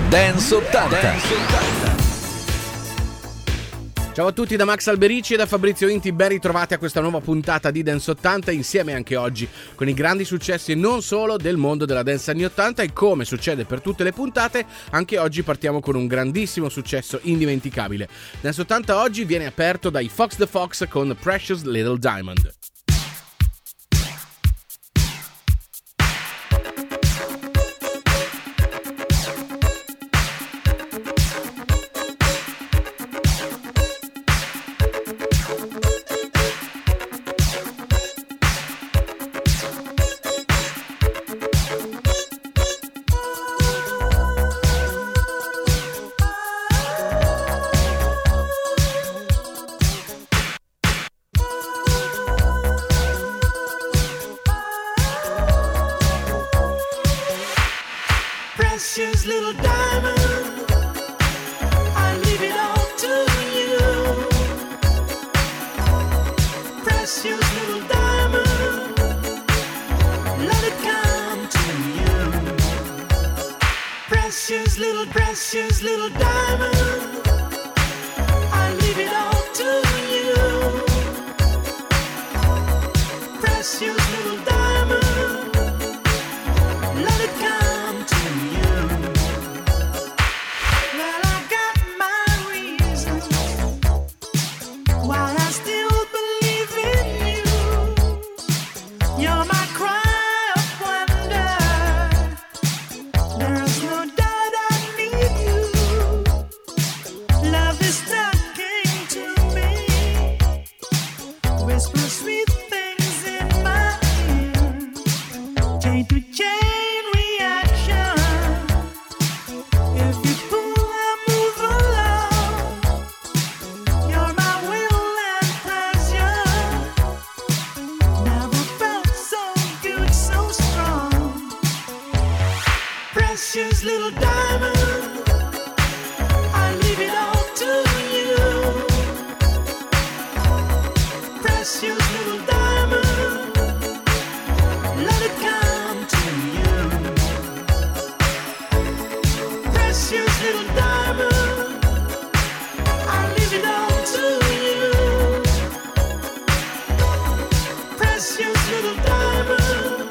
Dance 80. Ciao a tutti da Max Alberici e da Fabrizio Inti, ben ritrovati a questa nuova puntata di Dance 80, insieme anche oggi con i grandi successi non solo del mondo della dance anni 80, e come succede per tutte le puntate, anche oggi partiamo con un grandissimo successo indimenticabile. Dance 80 oggi viene aperto dai Fox the Fox con Precious Little Diamond. Precious little diamond, I leave it all to you. Precious little diamond, let it come to you. Precious little diamond, I leave it all to you. Precious little diamond, let it come. Precious little diamond, I leave it all to you. Precious little diamond, let it come to you. Precious little diamond, I leave it all to you. Precious little diamond,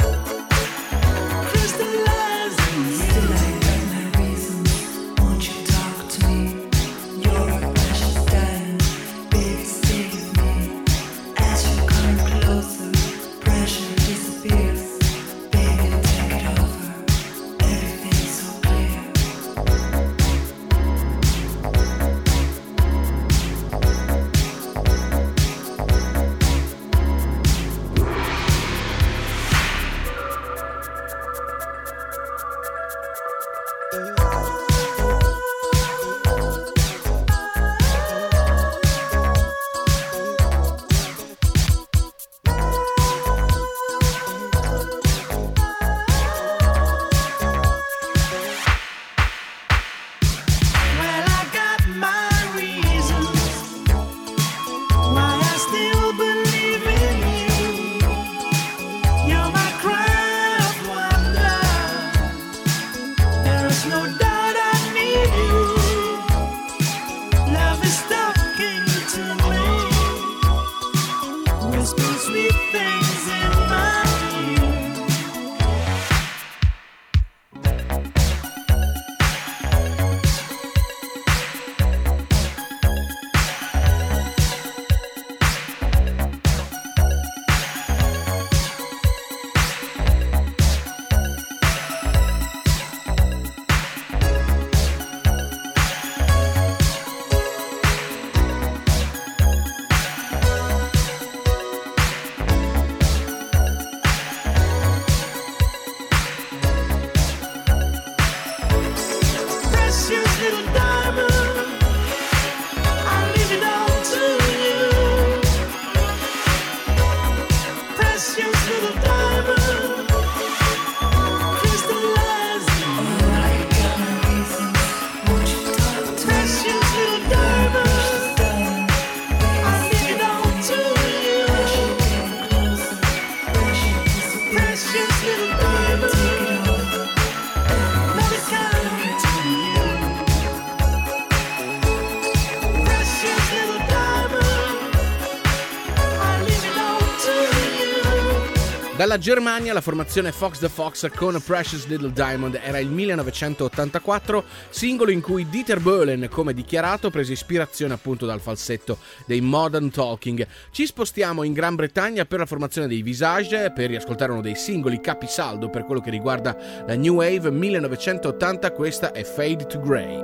Dalla Germania la formazione Fox the Fox con Precious Little Diamond era il 1984, singolo in cui Dieter Bohlen, come dichiarato, prese ispirazione appunto dal falsetto dei Modern Talking. Ci spostiamo in Gran Bretagna per la formazione dei Visage per riascoltare uno dei singoli capisaldo per quello che riguarda la New Wave 1980, questa è Fade to Grey.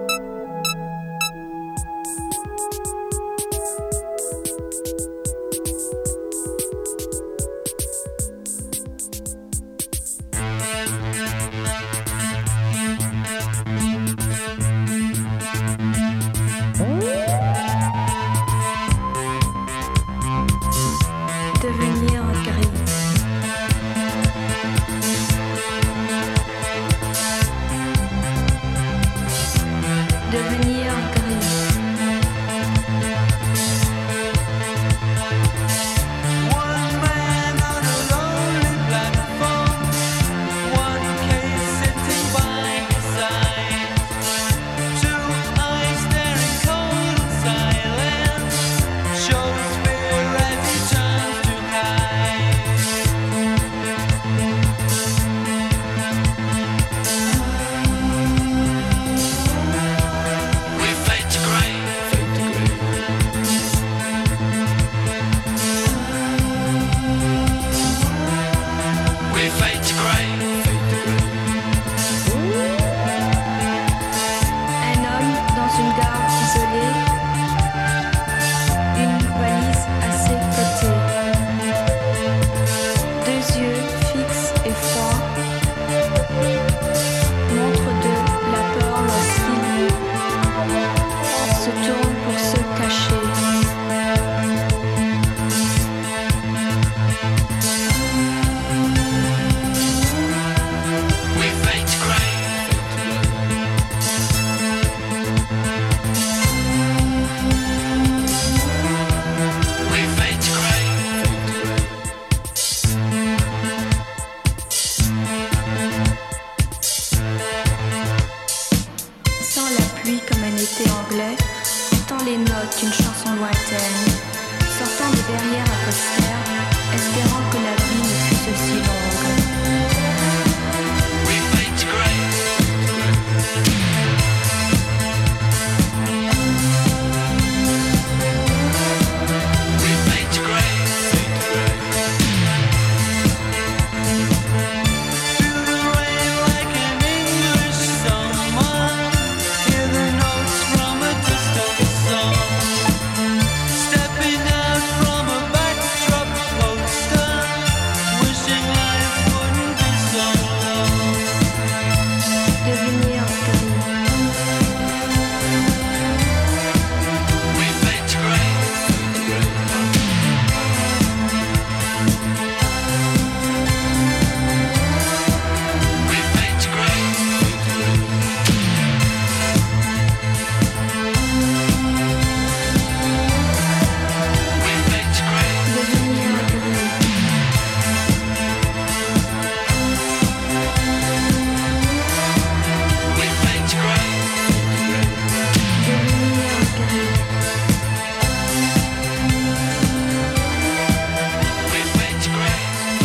Devenir gris. Devenir gris. One man on a lonely platform, one case sitting by his side, two eyes staring cold and silent, shows fear as he turns to hide. We fade to grey. We fade to grey. Un homme dans une gare isolée, une valise à ses côtés, deux yeux fixes et froids, montre de la peur lorsqu'il se tourne pour se cacher. We fade to grey. We fade to grey. Sans la pluie comme un été anglais, entend les notes d'une chanson lointaine, sortant de derrière un poster, espérant que la vie ne fût aussi longue. We fade to grey. We fade to grey. Through the rain like an English summer, hear the notes from a distant song. Stepping out from a backdrop poster, wishing life wouldn't be so long. Devenir gris. We fade to grey. We fade to grey. We fade to grey. Devenir gris. We fade to grey. Devenir gris. We fade to grey.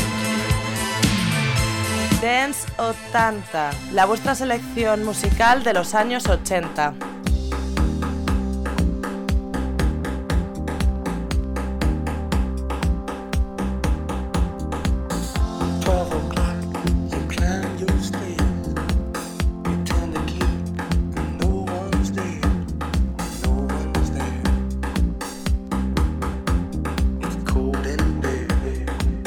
Dance 80, la vuestra selección musical de los años 80. 12 o'clock, you climb your stairs. You turn the key, and no one's there. No one's there. It's cold in there.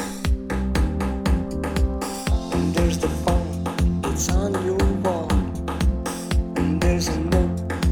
And there's the phone, it's on your wall. And there's a note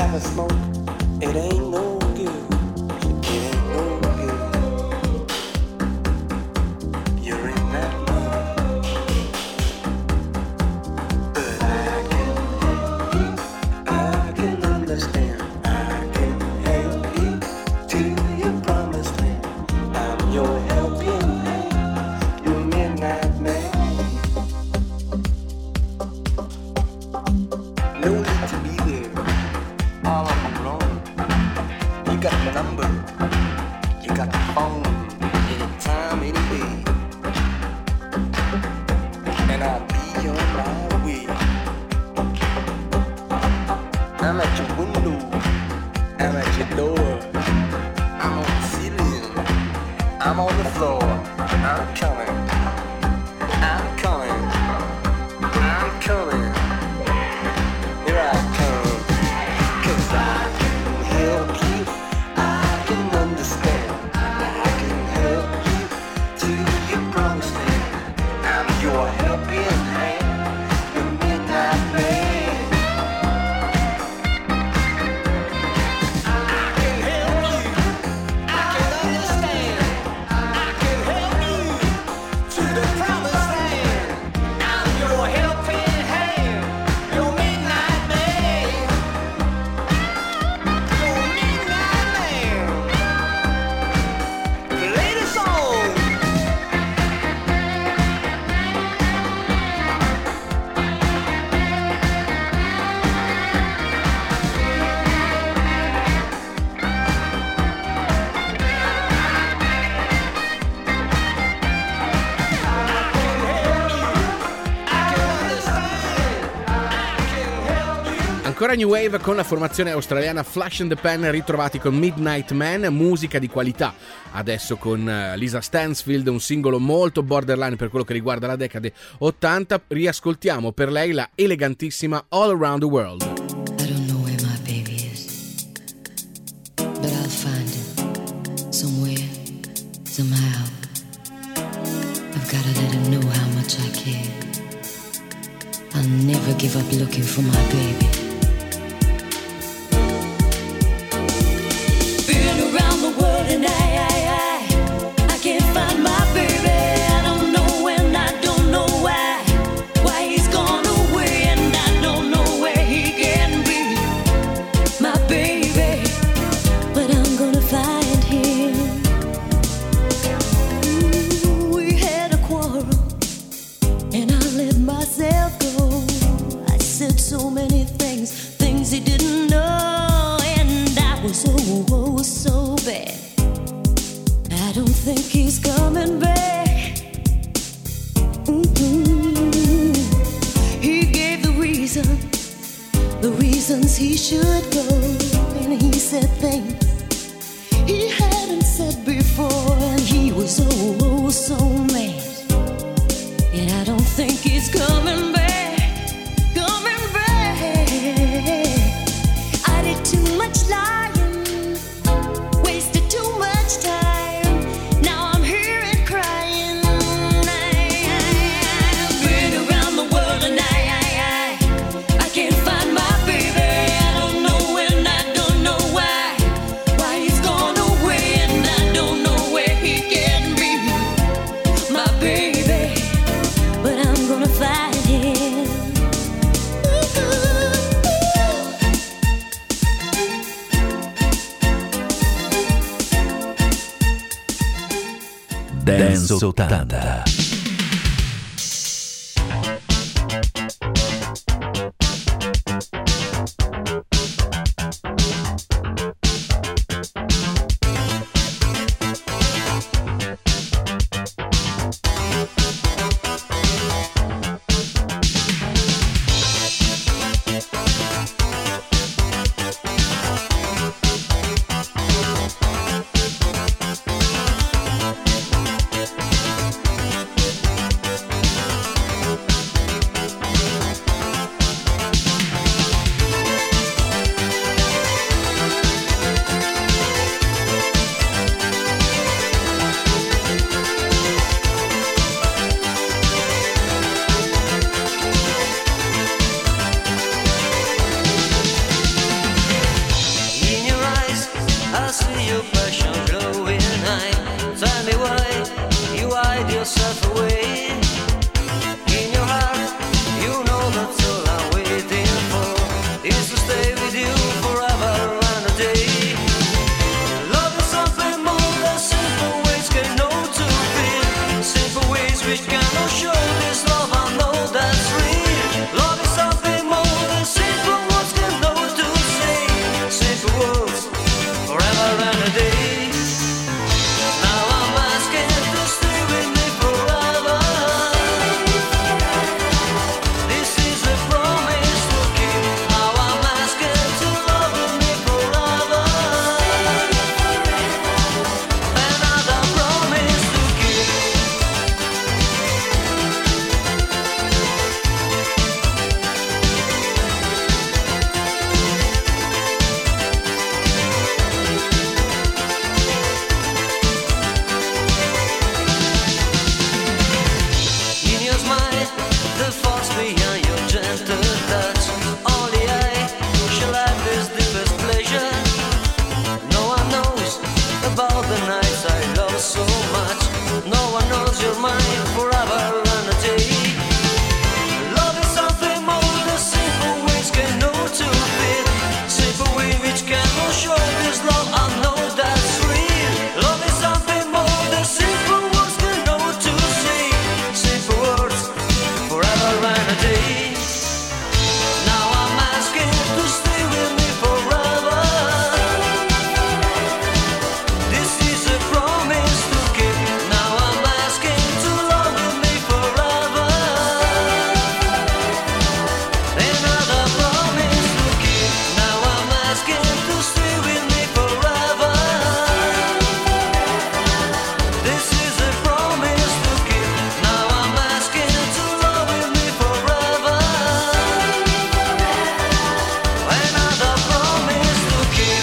have a smoke, it ain't no good. It ain't no good. You're in that mood. But I can understand. I can help you to your promised land. I'm your helping hand, your midnight man. No need to be there all alone. You got the number, you got the phone, anytime, any day. And I'll be on my way. I'm at your window, I'm at your door. I'm on the ceiling, I'm on the floor. I'm coming, I'm coming, I'm coming. Here I come, 'cause I can help you, I can understand, I can help you to your promised land. I'm your helping hand, your midnight man. I can help you, I can understand, I can help you to the promised land. I'm your helping hand, your midnight man. Your midnight man. Play the song. Ancora New Wave con la formazione australiana Flash and the Pan, ritrovati con Midnight Man, musica di qualità. Adesso con Lisa Stansfield, un singolo molto borderline per quello che riguarda la decade 80, riascoltiamo per lei la elegantissima All Around the World. I don't know where my baby is, but I'll find him somewhere, somehow. I've gotta let him know how much I care. I'll never give up looking for my baby. Been around the world and I can't find my baby. I don't know when, I don't know why he's gone away, and I don't know where he can be, my baby. But I'm gonna find him. Ooh, we had a quarrel and I let myself go. I said so many things he didn't know, and I was so bad. I don't think he's coming back. Mm-mm. He gave the reasons he should go, and he said things he hadn't said before, and he was so mad. And I don't think he's coming back, coming back. I did too much lying, wasted too much time. Now I'm here and crying. I've been around the world and I can't find my baby. I don't know when, I don't know why he's gone away, and I don't know where he can be, my baby. But I'm gonna find him. Dance 80. hide yourself away. In your heart, you know that's all I'm waiting for, is to stay with you forever and a day. Love is something more than simple ways can know to feel, simple ways which cannot show this love. I know that's real. Love is something more than simple words can know to say, simple words forever and a day. Now I'm asking to stay with me forever. This is a promise to keep. Now I'm asking to love me forever. Another promise to keep. In your smile, the force behind your gentle touch. Only I shall have this deepest pleasure. No one knows about the nights I love so much. No one knows you're mine forever and a day. Love is something more than simple ways can know to feel, simple way which cannot show this love. I know that's real. Love is something more than simple words can know to say, simple words forever and a day. Now I'm asking to stay with me forever. This is a promise to keep. Now I'm asking to love me forever. Another promise to keep. Now I'm asking to stay with me forever. This is a promise to keep. Now I'm asking to love me forever. Another promise to keep.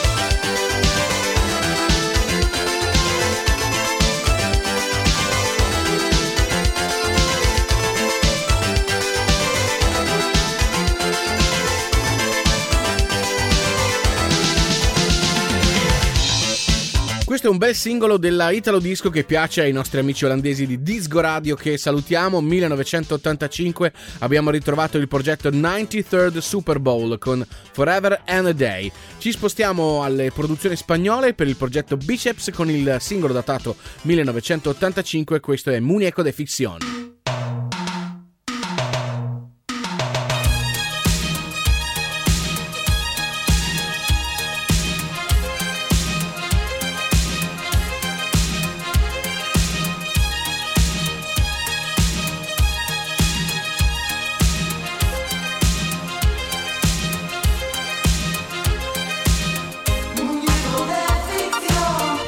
Questo è un bel singolo della Italo Disco che piace ai nostri amici olandesi di Disco Radio, che salutiamo. 1985 abbiamo ritrovato il progetto 93rd Super Bowl con Forever and a Day. Ci spostiamo alle produzioni spagnole per il progetto Biceps con il singolo datato 1985, questo è Muñeco de Ficción. Muñeco de ficción.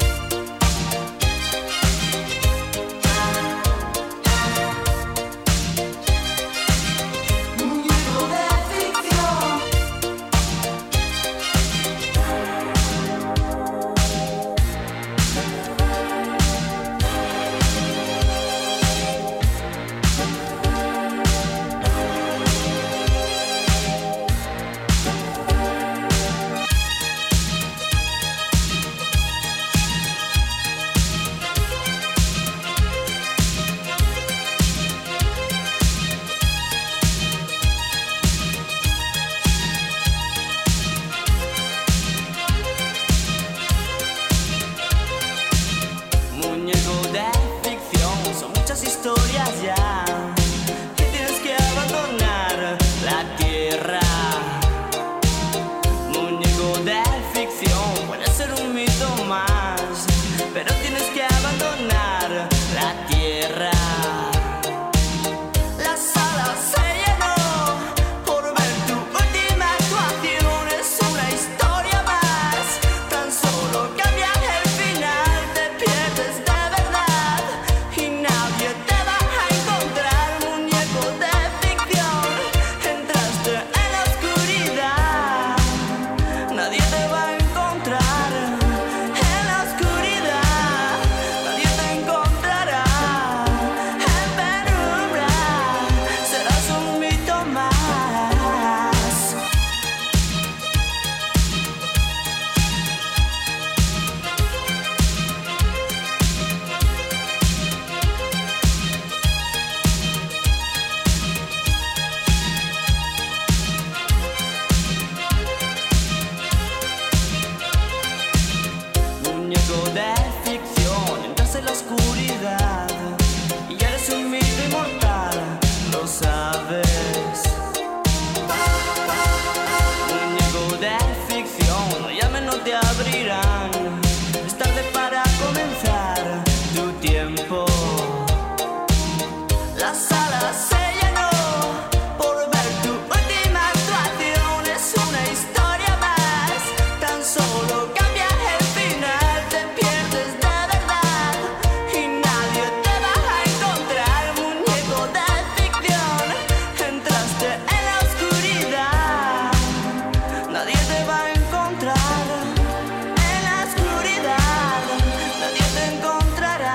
La sala se llenó por ver tu última actuación. Es una historia más, tan solo cambia el final. Te pierdes de verdad y nadie te va a encontrar. Muñeco de ficción, entraste en la oscuridad. Nadie te va a encontrar en la oscuridad. Nadie te encontrará.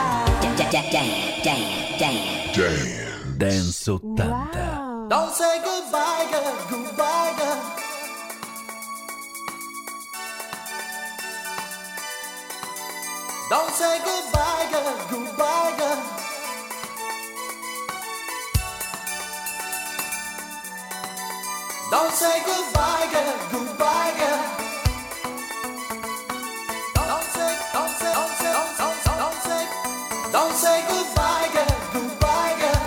Dance 80. Don't say goodbye, girl, goodbye, girl. Don't say goodbye, girl, goodbye, girl. Don't say goodbye, girl, goodbye, girl. Don't say goodbye, girl, goodbye, girl.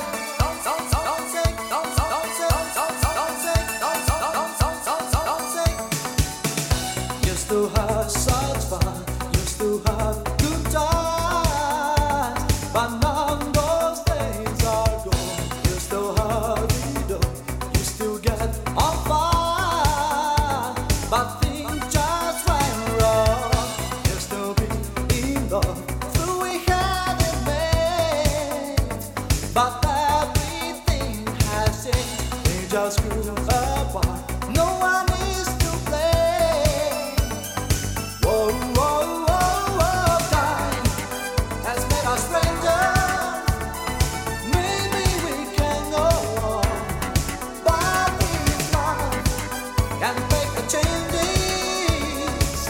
Used to have such fun, used to have good times, but now those days are gone. Used to have it all, used to get on fire, but things just went wrong. Used to be in love, so we had it made, but everything has changed. We just grew apart. No one is to blame. Whoa, whoa, whoa, whoa, time has made us strangers. Maybe we can go on, but this love can make the changes.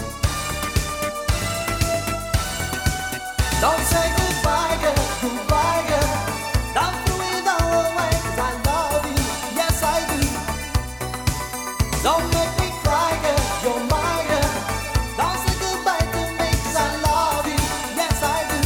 Don't say goodbye, girl, goodbye, girl. Don't throw it all away, 'cause I love you, yes I do. Don't make me cry, girl, you're my girl. Don't say goodbye to me, 'cause I love you, yes I do.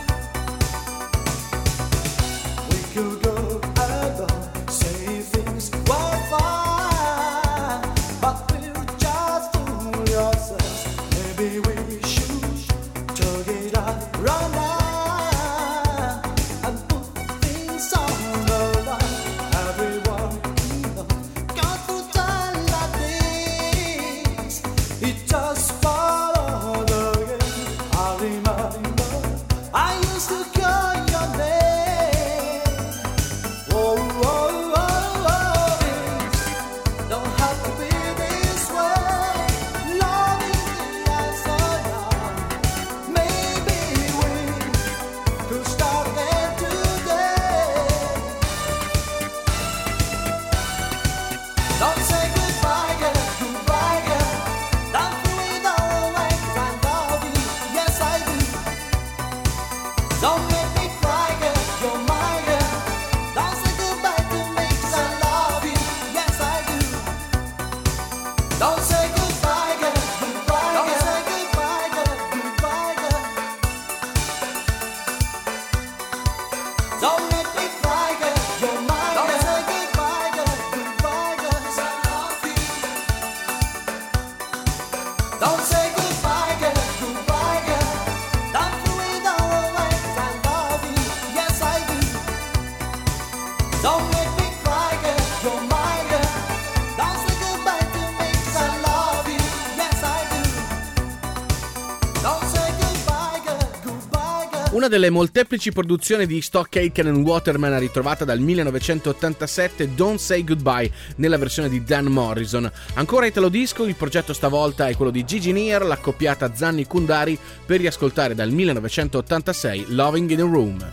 We could go alone, say things were fine, but we'll just fool ourselves. Maybe we should talk it out right now and put things on the line. Everyone we know got through time like this. It just followed again. I remember I used to call your name. Whoa, whoa, whoa, whoa. Things don't have to be this way. Loving the answer now. Maybe we could start again today. Don't say goodbye, girl, goodbye, girl. Don't throw it all away, 'cause I love you, yes I do. Don't make me cry, girl, you're my girl. Don't say goodbye to me, 'cause I love you, yes I do. Don't say goodbye, girl, goodbye, girl. Don't say goodbye, girl, goodbye, girl. Don't make me cry, girl, you're my girl. Don't say goodbye, girl, goodbye, girl. 'Cause I love you. Don't say goodbye, girl, goodbye, girl. Don't throw it all away, 'cause I love you, yes I do. Don't make me cry, girl, you're my girl. Don't say goodbye to me, 'cause I love you, yes I do. Don't say goodbye, girl, goodbye, girl. Una delle molteplici produzioni di Stock Aitken and Waterman ritrovata dal 1987, Don't Say Goodbye, nella versione di Dan Morrison. Ancora Italo Disco, il progetto stavolta è quello di Gigi Near, l'accoppiata Zanni Kundari, per riascoltare dal 1986 Loving in a Room.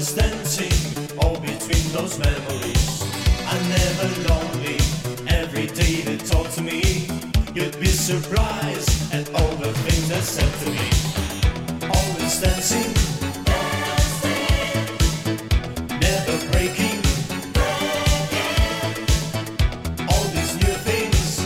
always dancing all between those memories. I'm never lonely, every day they talk to me. You'd be surprised at all the things they said to me. Always dancing, never breaking. All these new things,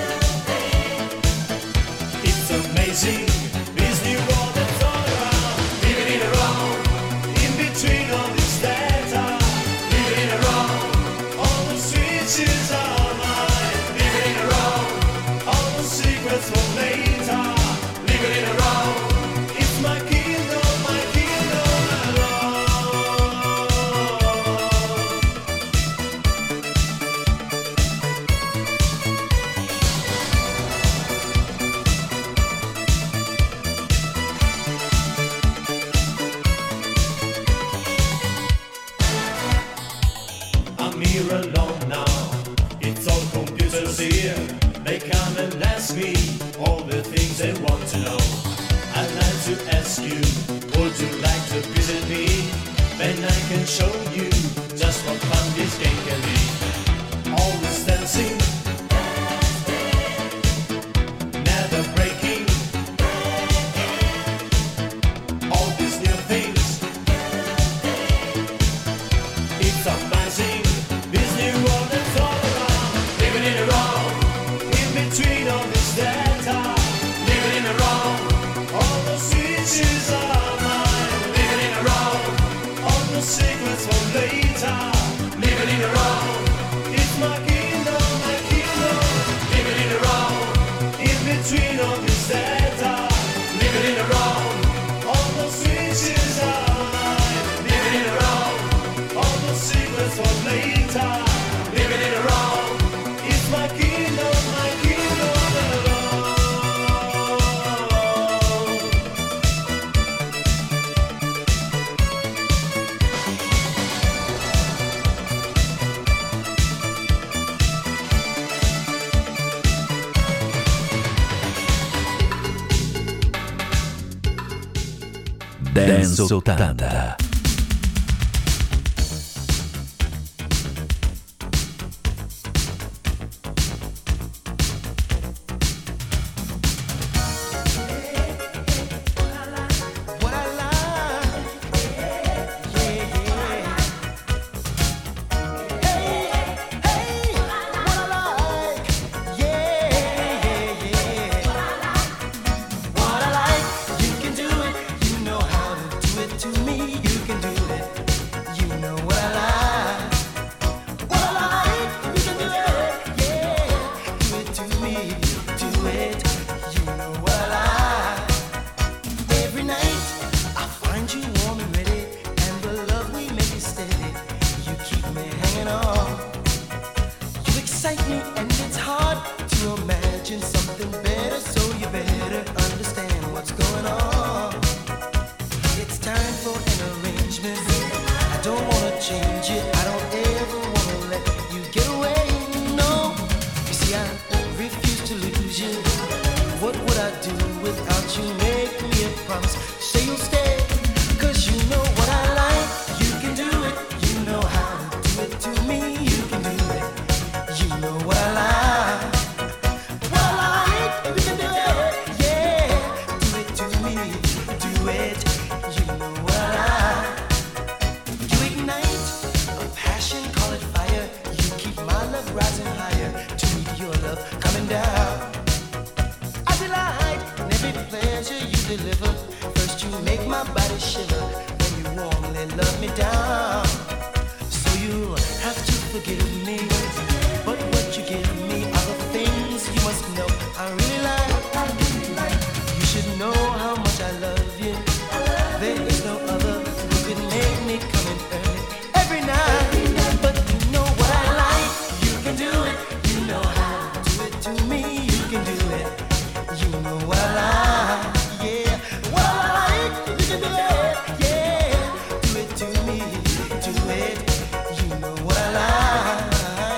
it's amazing. This new world that's all around, living in a row, in between all this data, living in a row, all the switches are mine, living in a row, all the secrets for later, living in a row. It's my kingdom alone. I'm here alone now. It's all computers here. They come and ask me all the things they want to know. I'd like to ask you, would you like to visit me? Then I can show you just what fun this game can be. Always dancing, never breaking. All these new things, it's amazing. This new world that's all around, living in a row, in between all this data, living in a row, all the switches are mine, living in a row, all the secrets for later, living in a row, it's my kingdom, living in a row, in between all this data, living in a row, all the switches are mine, living in a row, all the secrets for later, living in a row, it's my kingdom alone. Dance 80. What I like, yeah, yeah. Hey, hey, what I like, yeah, yeah, yeah. What I like, you can do it. You know how to do it to me. You can do it. You know what I like. What I like, you can do it, yeah. Do it to me, do it. You know what I like. Every night I find you warm and ready, and the love we make is steady. You keep me hanging on. You excite me, and it's hard to imagine something better. So you better understand what's going on. It's time for an arrangement. I don't wanna change it. I don't ever wanna let you get away. No, you see I refuse to lose you. What would I do without you? Make me a promise. Say you'll stay, 'cause you know what I like. You can do it. You know how to do it to me. You can do it. You know what I like. What I like, you can do it. Yeah, do it to me. Do it. You know what I like. You ignite a passion, call it fire. You keep my love rising higher to meet your love coming down. I delight in every pleasure you deliver. First you make my body shiver, then you warmly love me down. So you have to forgive me, but what you give me are the things you must know I really like. You should know how much I love you. There is no other who could make me come in early every night. But you know what I like. You can do it. You know how to do it to me. You can do it. You know what I like. Yeah, what I like. You can do it. Yeah, do it to me. Do it. You know what I like.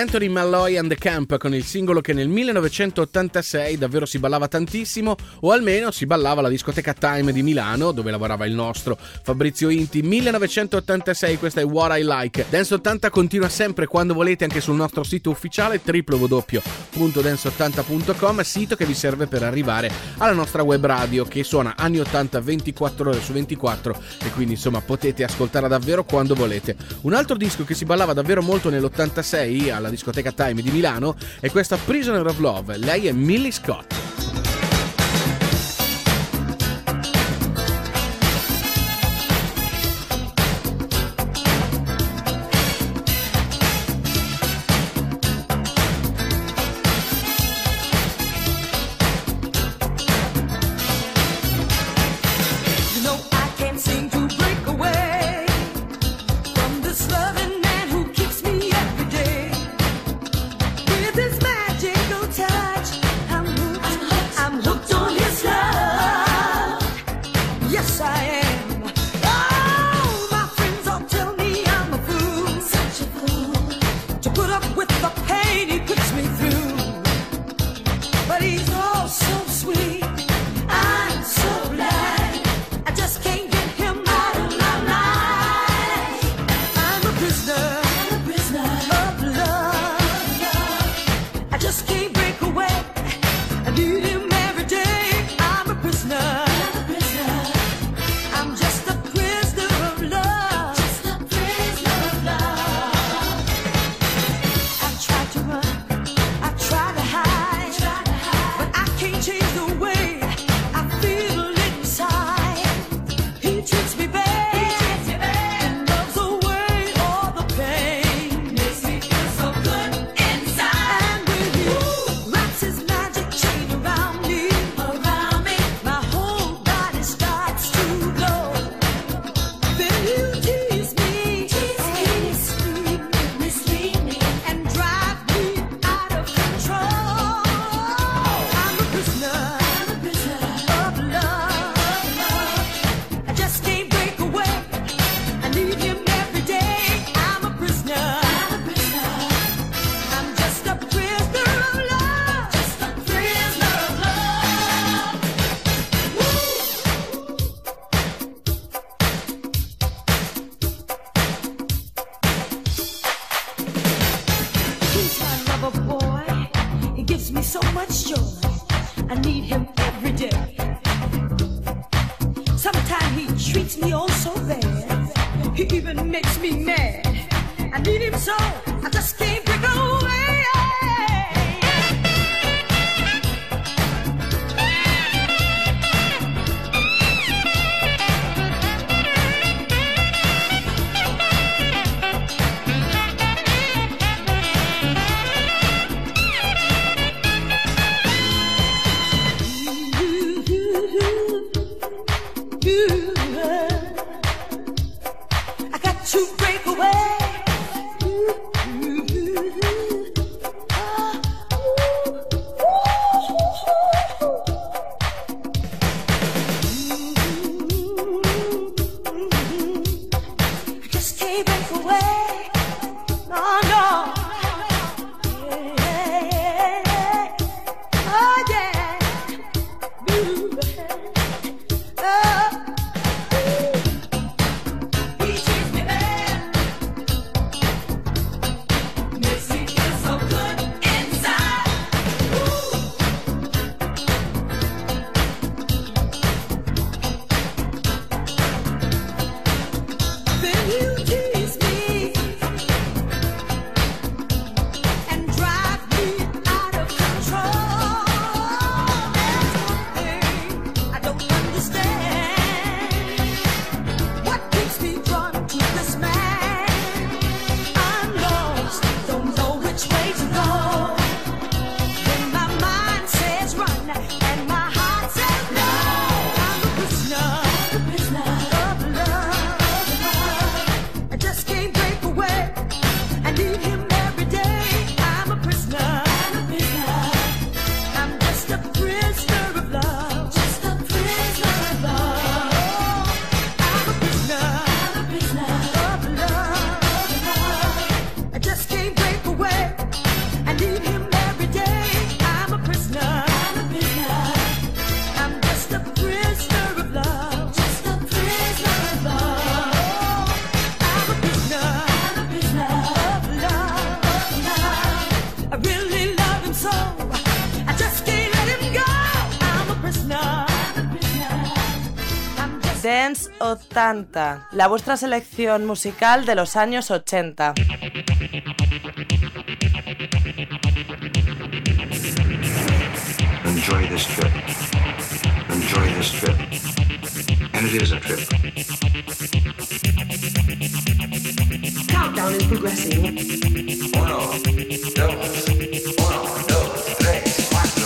Anthony Malloy and the Camp con il singolo che nel 1986 davvero si ballava tantissimo, o almeno si ballava alla discoteca Time di Milano, dove lavorava il nostro Fabrizio Inti. 1986, questa è What I Like. Dance 80 continua sempre quando volete anche sul nostro sito ufficiale www.dance80.com, sito che vi serve per arrivare alla nostra web radio che suona anni 80 24 ore su 24, e quindi insomma potete ascoltarla davvero quando volete. Un altro disco che si ballava davvero molto nell'86 alla discoteca Time di Milano è questa Prisoner of Love. Lei è Millie Scott. Prisoner of love. Dance 80, la vuestra selección musical de los años 80. Enjoy this trip. Enjoy this trip. And it is a trip. Countdown is progressing. 1, 2, 1, 2, 3, 4.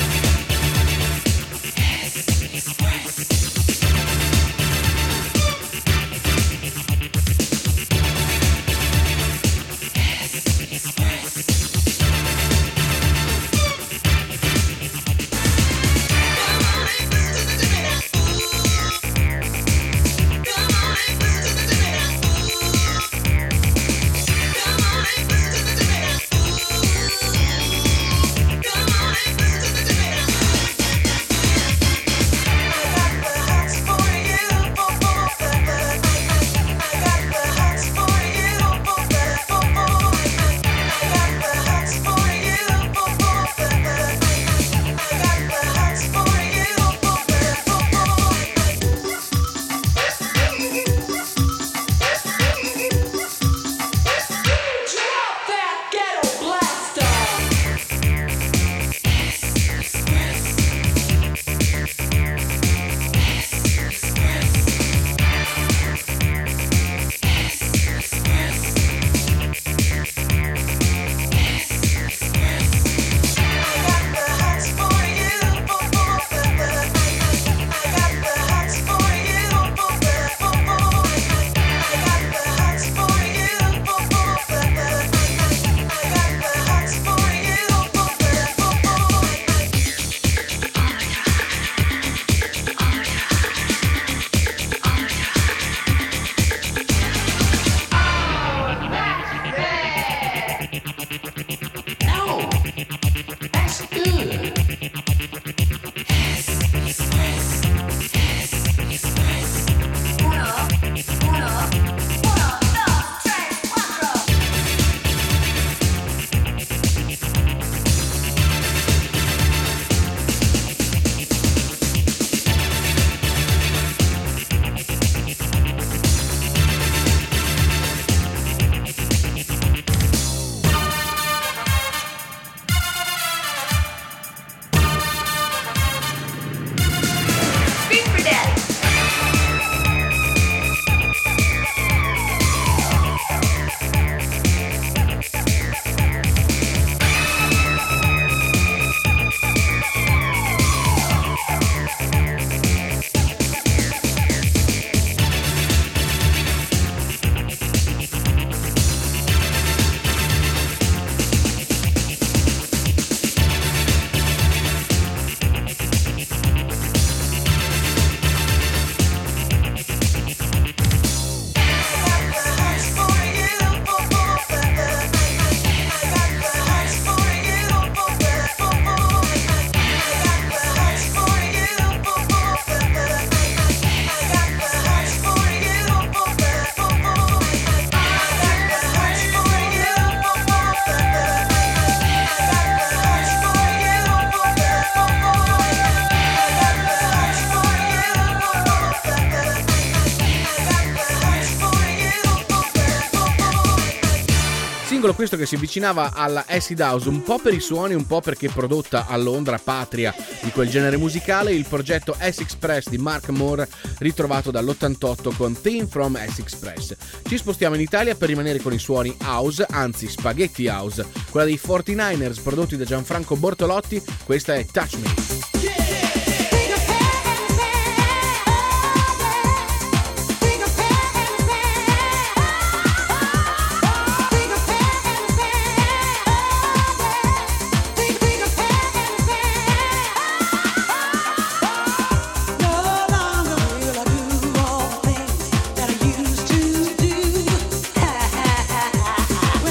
Singolo questo che si avvicinava alla acid house un po' per i suoni, un po' perché prodotta a Londra, patria di quel genere musicale, il progetto S-Express di Mark Moore, ritrovato dall'88 con Theme from S-Express. Ci spostiamo in Italia per rimanere con i suoni house, anzi spaghetti house, quella dei 49ers prodotti da Gianfranco Bortolotti. Questa è Touch Me.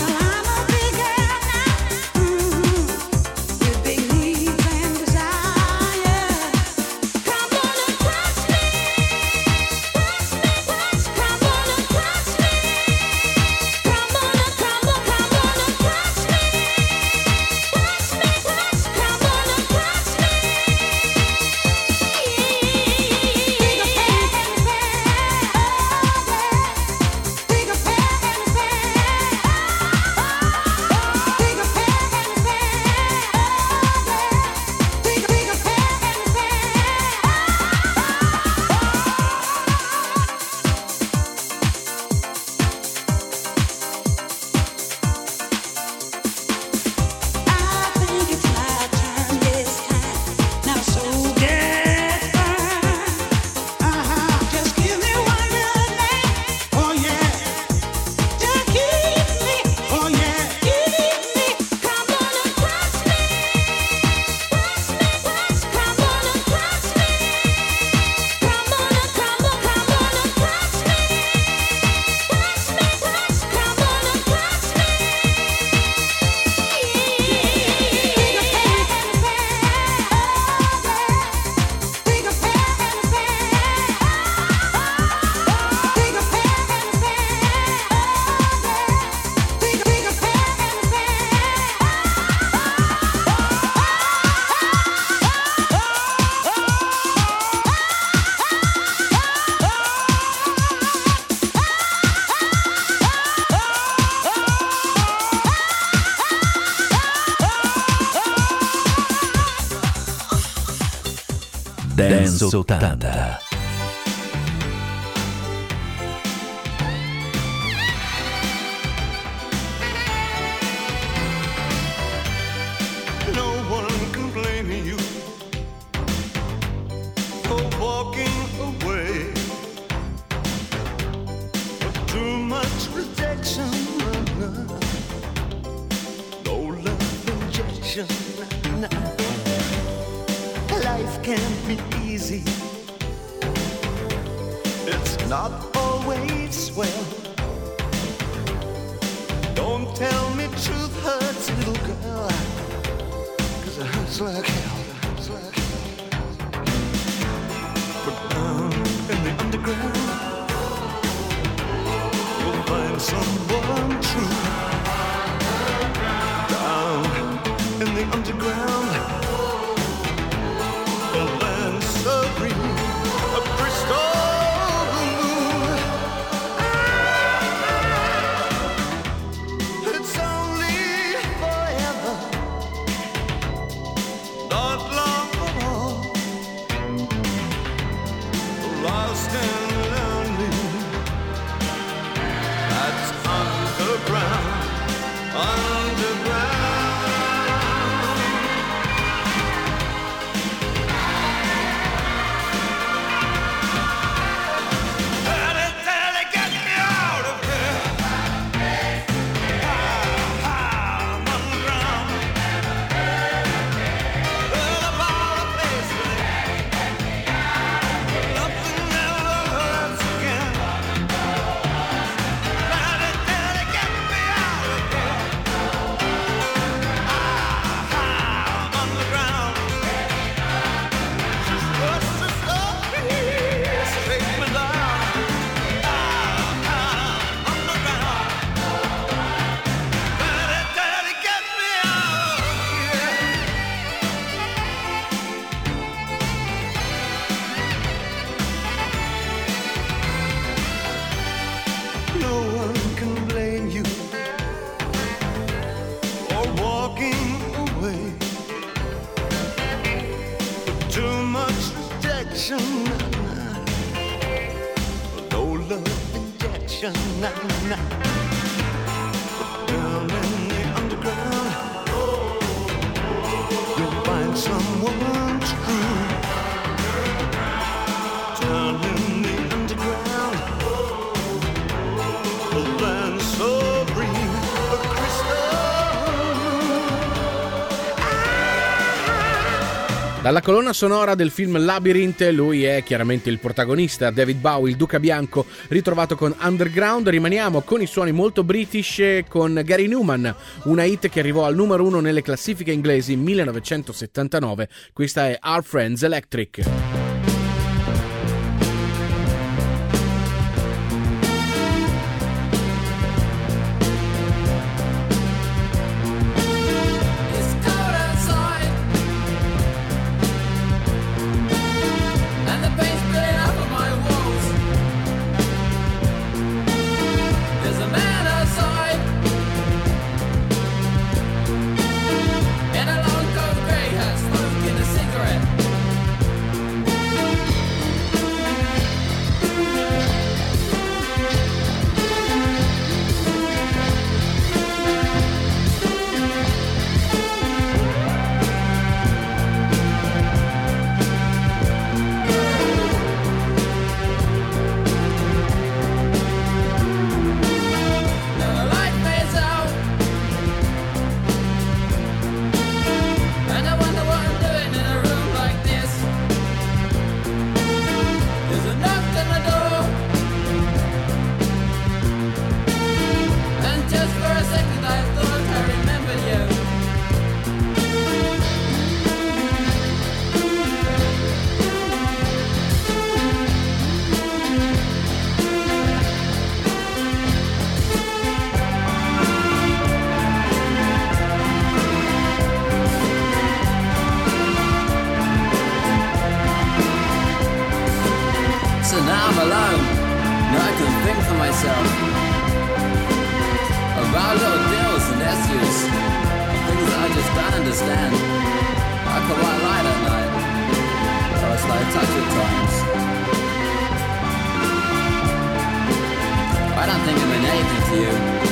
Big needs and desires. Dance 80. No one can blame you for walking away. Too much rejection, no love injection. Life can't be easy. It's not always well. Don't tell me truth hurts, little girl. It hurts like hell, it hurts like hell. But down in the underground, you'll find someone true. Down in the underground, a land serene, a crystal moon. It's only forever. Not long at all. Lost and lonely. That's underground, underground. Daddy, get me out of here. I'm underground. Well, about a place where nothing ever hurts again. Daddy, get me out of here. I'm underground. Sister, please take me down. I'm underground. Daddy, get me out of here. No one can blame you for walking away. Too much rejection, no love injection. Down in the underground, you'll find someone true. Down in the underground, a land so green, a crystal Dalla colonna sonora del film Labyrinth, lui è chiaramente il protagonista, David Bowie, il Duca Bianco, ritrovato con Underground. Rimaniamo con i suoni molto british con Gary Numan, una hit che arrivò al numero 1 nelle classifiche inglesi 1979. Questa è Our Friends Electric. It's cold outside, and the paint's spilling out of my walls. There's a man outside, in a long coat grey hat, smoking a cigarette. Now the light fades out, and I wonder what I'm doing in a room like this. There's a knock on the door, and just for a second I thought I remembered you. So now I'm alone. Now I can think for myself about little deals and issues, things that I just don't understand. Like a white light at night, or a first light touch at times. I don't think it meant anything to you.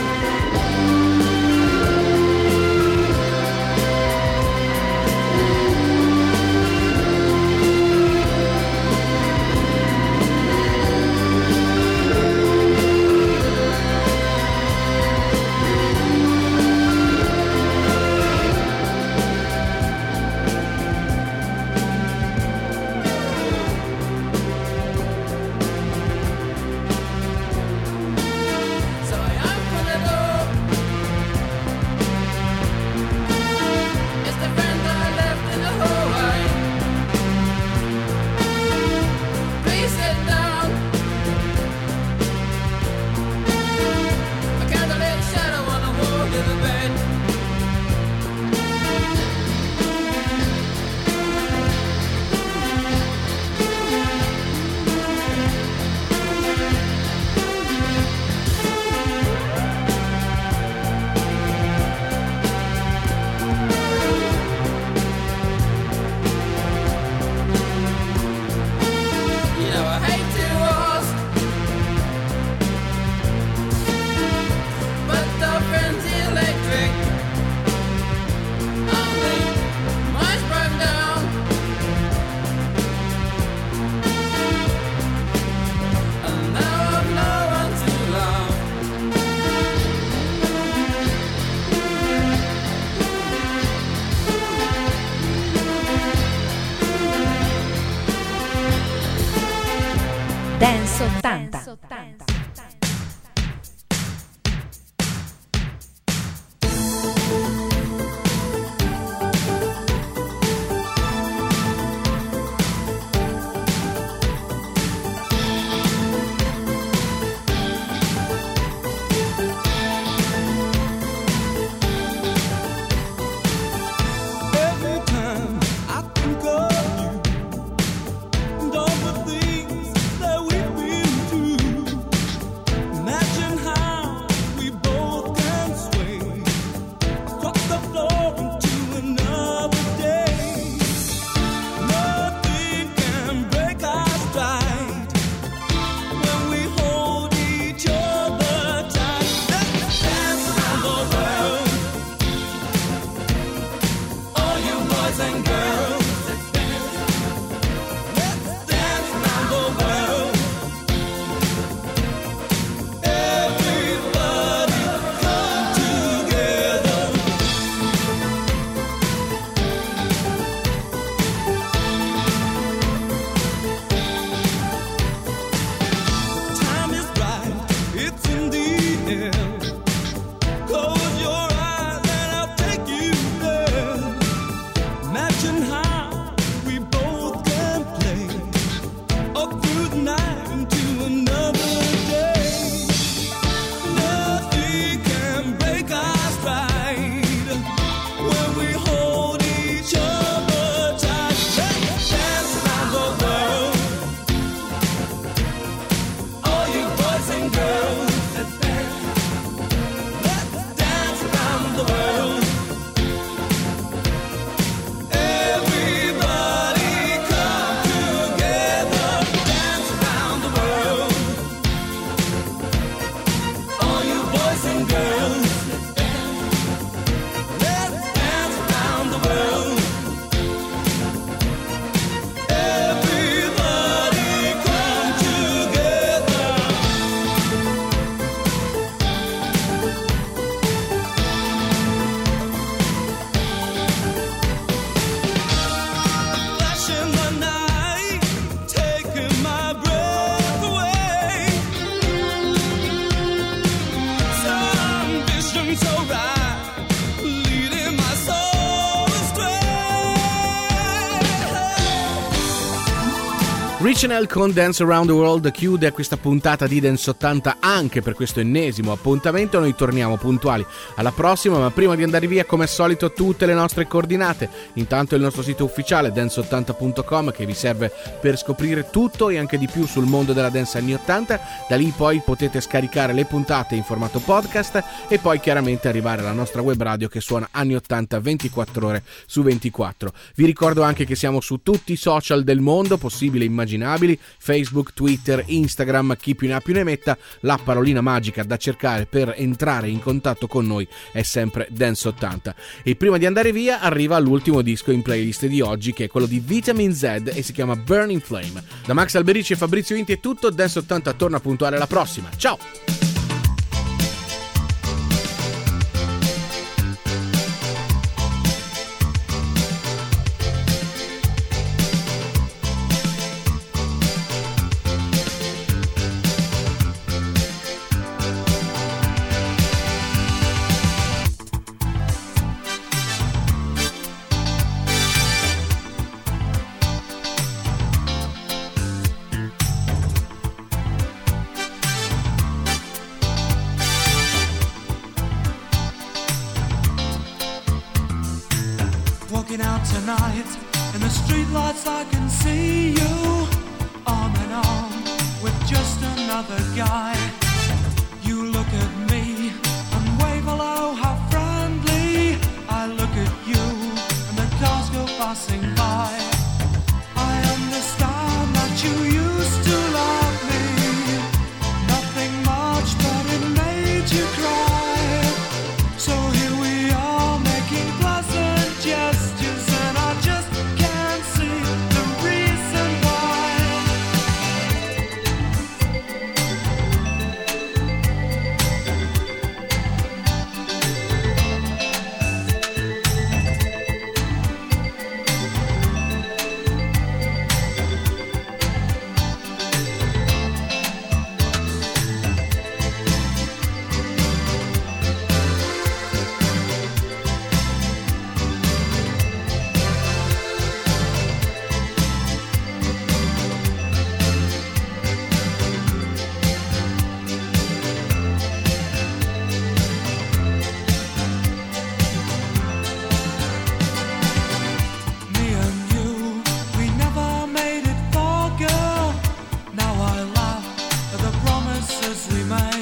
Dance 80. Every time I think of you and all the things that we've been through, Richnell con Dance Around the World chiude questa puntata di Dance 80 anche per questo ennesimo appuntamento. Noi torniamo puntuali alla prossima, ma prima di andare via, come al solito, tutte le nostre coordinate. Intanto il nostro sito ufficiale dance80.com, che vi serve per scoprire tutto e anche di più sul mondo della dance anni 80. Da lì poi potete scaricare le puntate in formato podcast e poi chiaramente arrivare alla nostra web radio che suona anni 80 24 ore su 24. Vi ricordo anche che siamo su tutti i social del mondo possibili e immaginabili: Facebook, Twitter, Instagram, chi più ne ha più ne metta. La parolina magica da cercare per entrare in contatto con noi è sempre Dance 80. E prima di andare via arriva l'ultimo disco in playlist di oggi, che è quello di Vitamin Z e si chiama Burning Flame. Da Max Alberici e Fabrizio Inti è tutto. Dance 80 torna puntuale alla prossima. Ciao! Walking out tonight, in the streetlights I can see you, arm in arm with just another guy. You look at me and wave hello, how friendly. I look at you and the cars go passing by. I understand that you used to love me, nothing much but it made you cry. So here we are making pleasant gestures, and I just can't see the reason why. Me and you, we never made it far, girl. Now I laugh at the promises we made.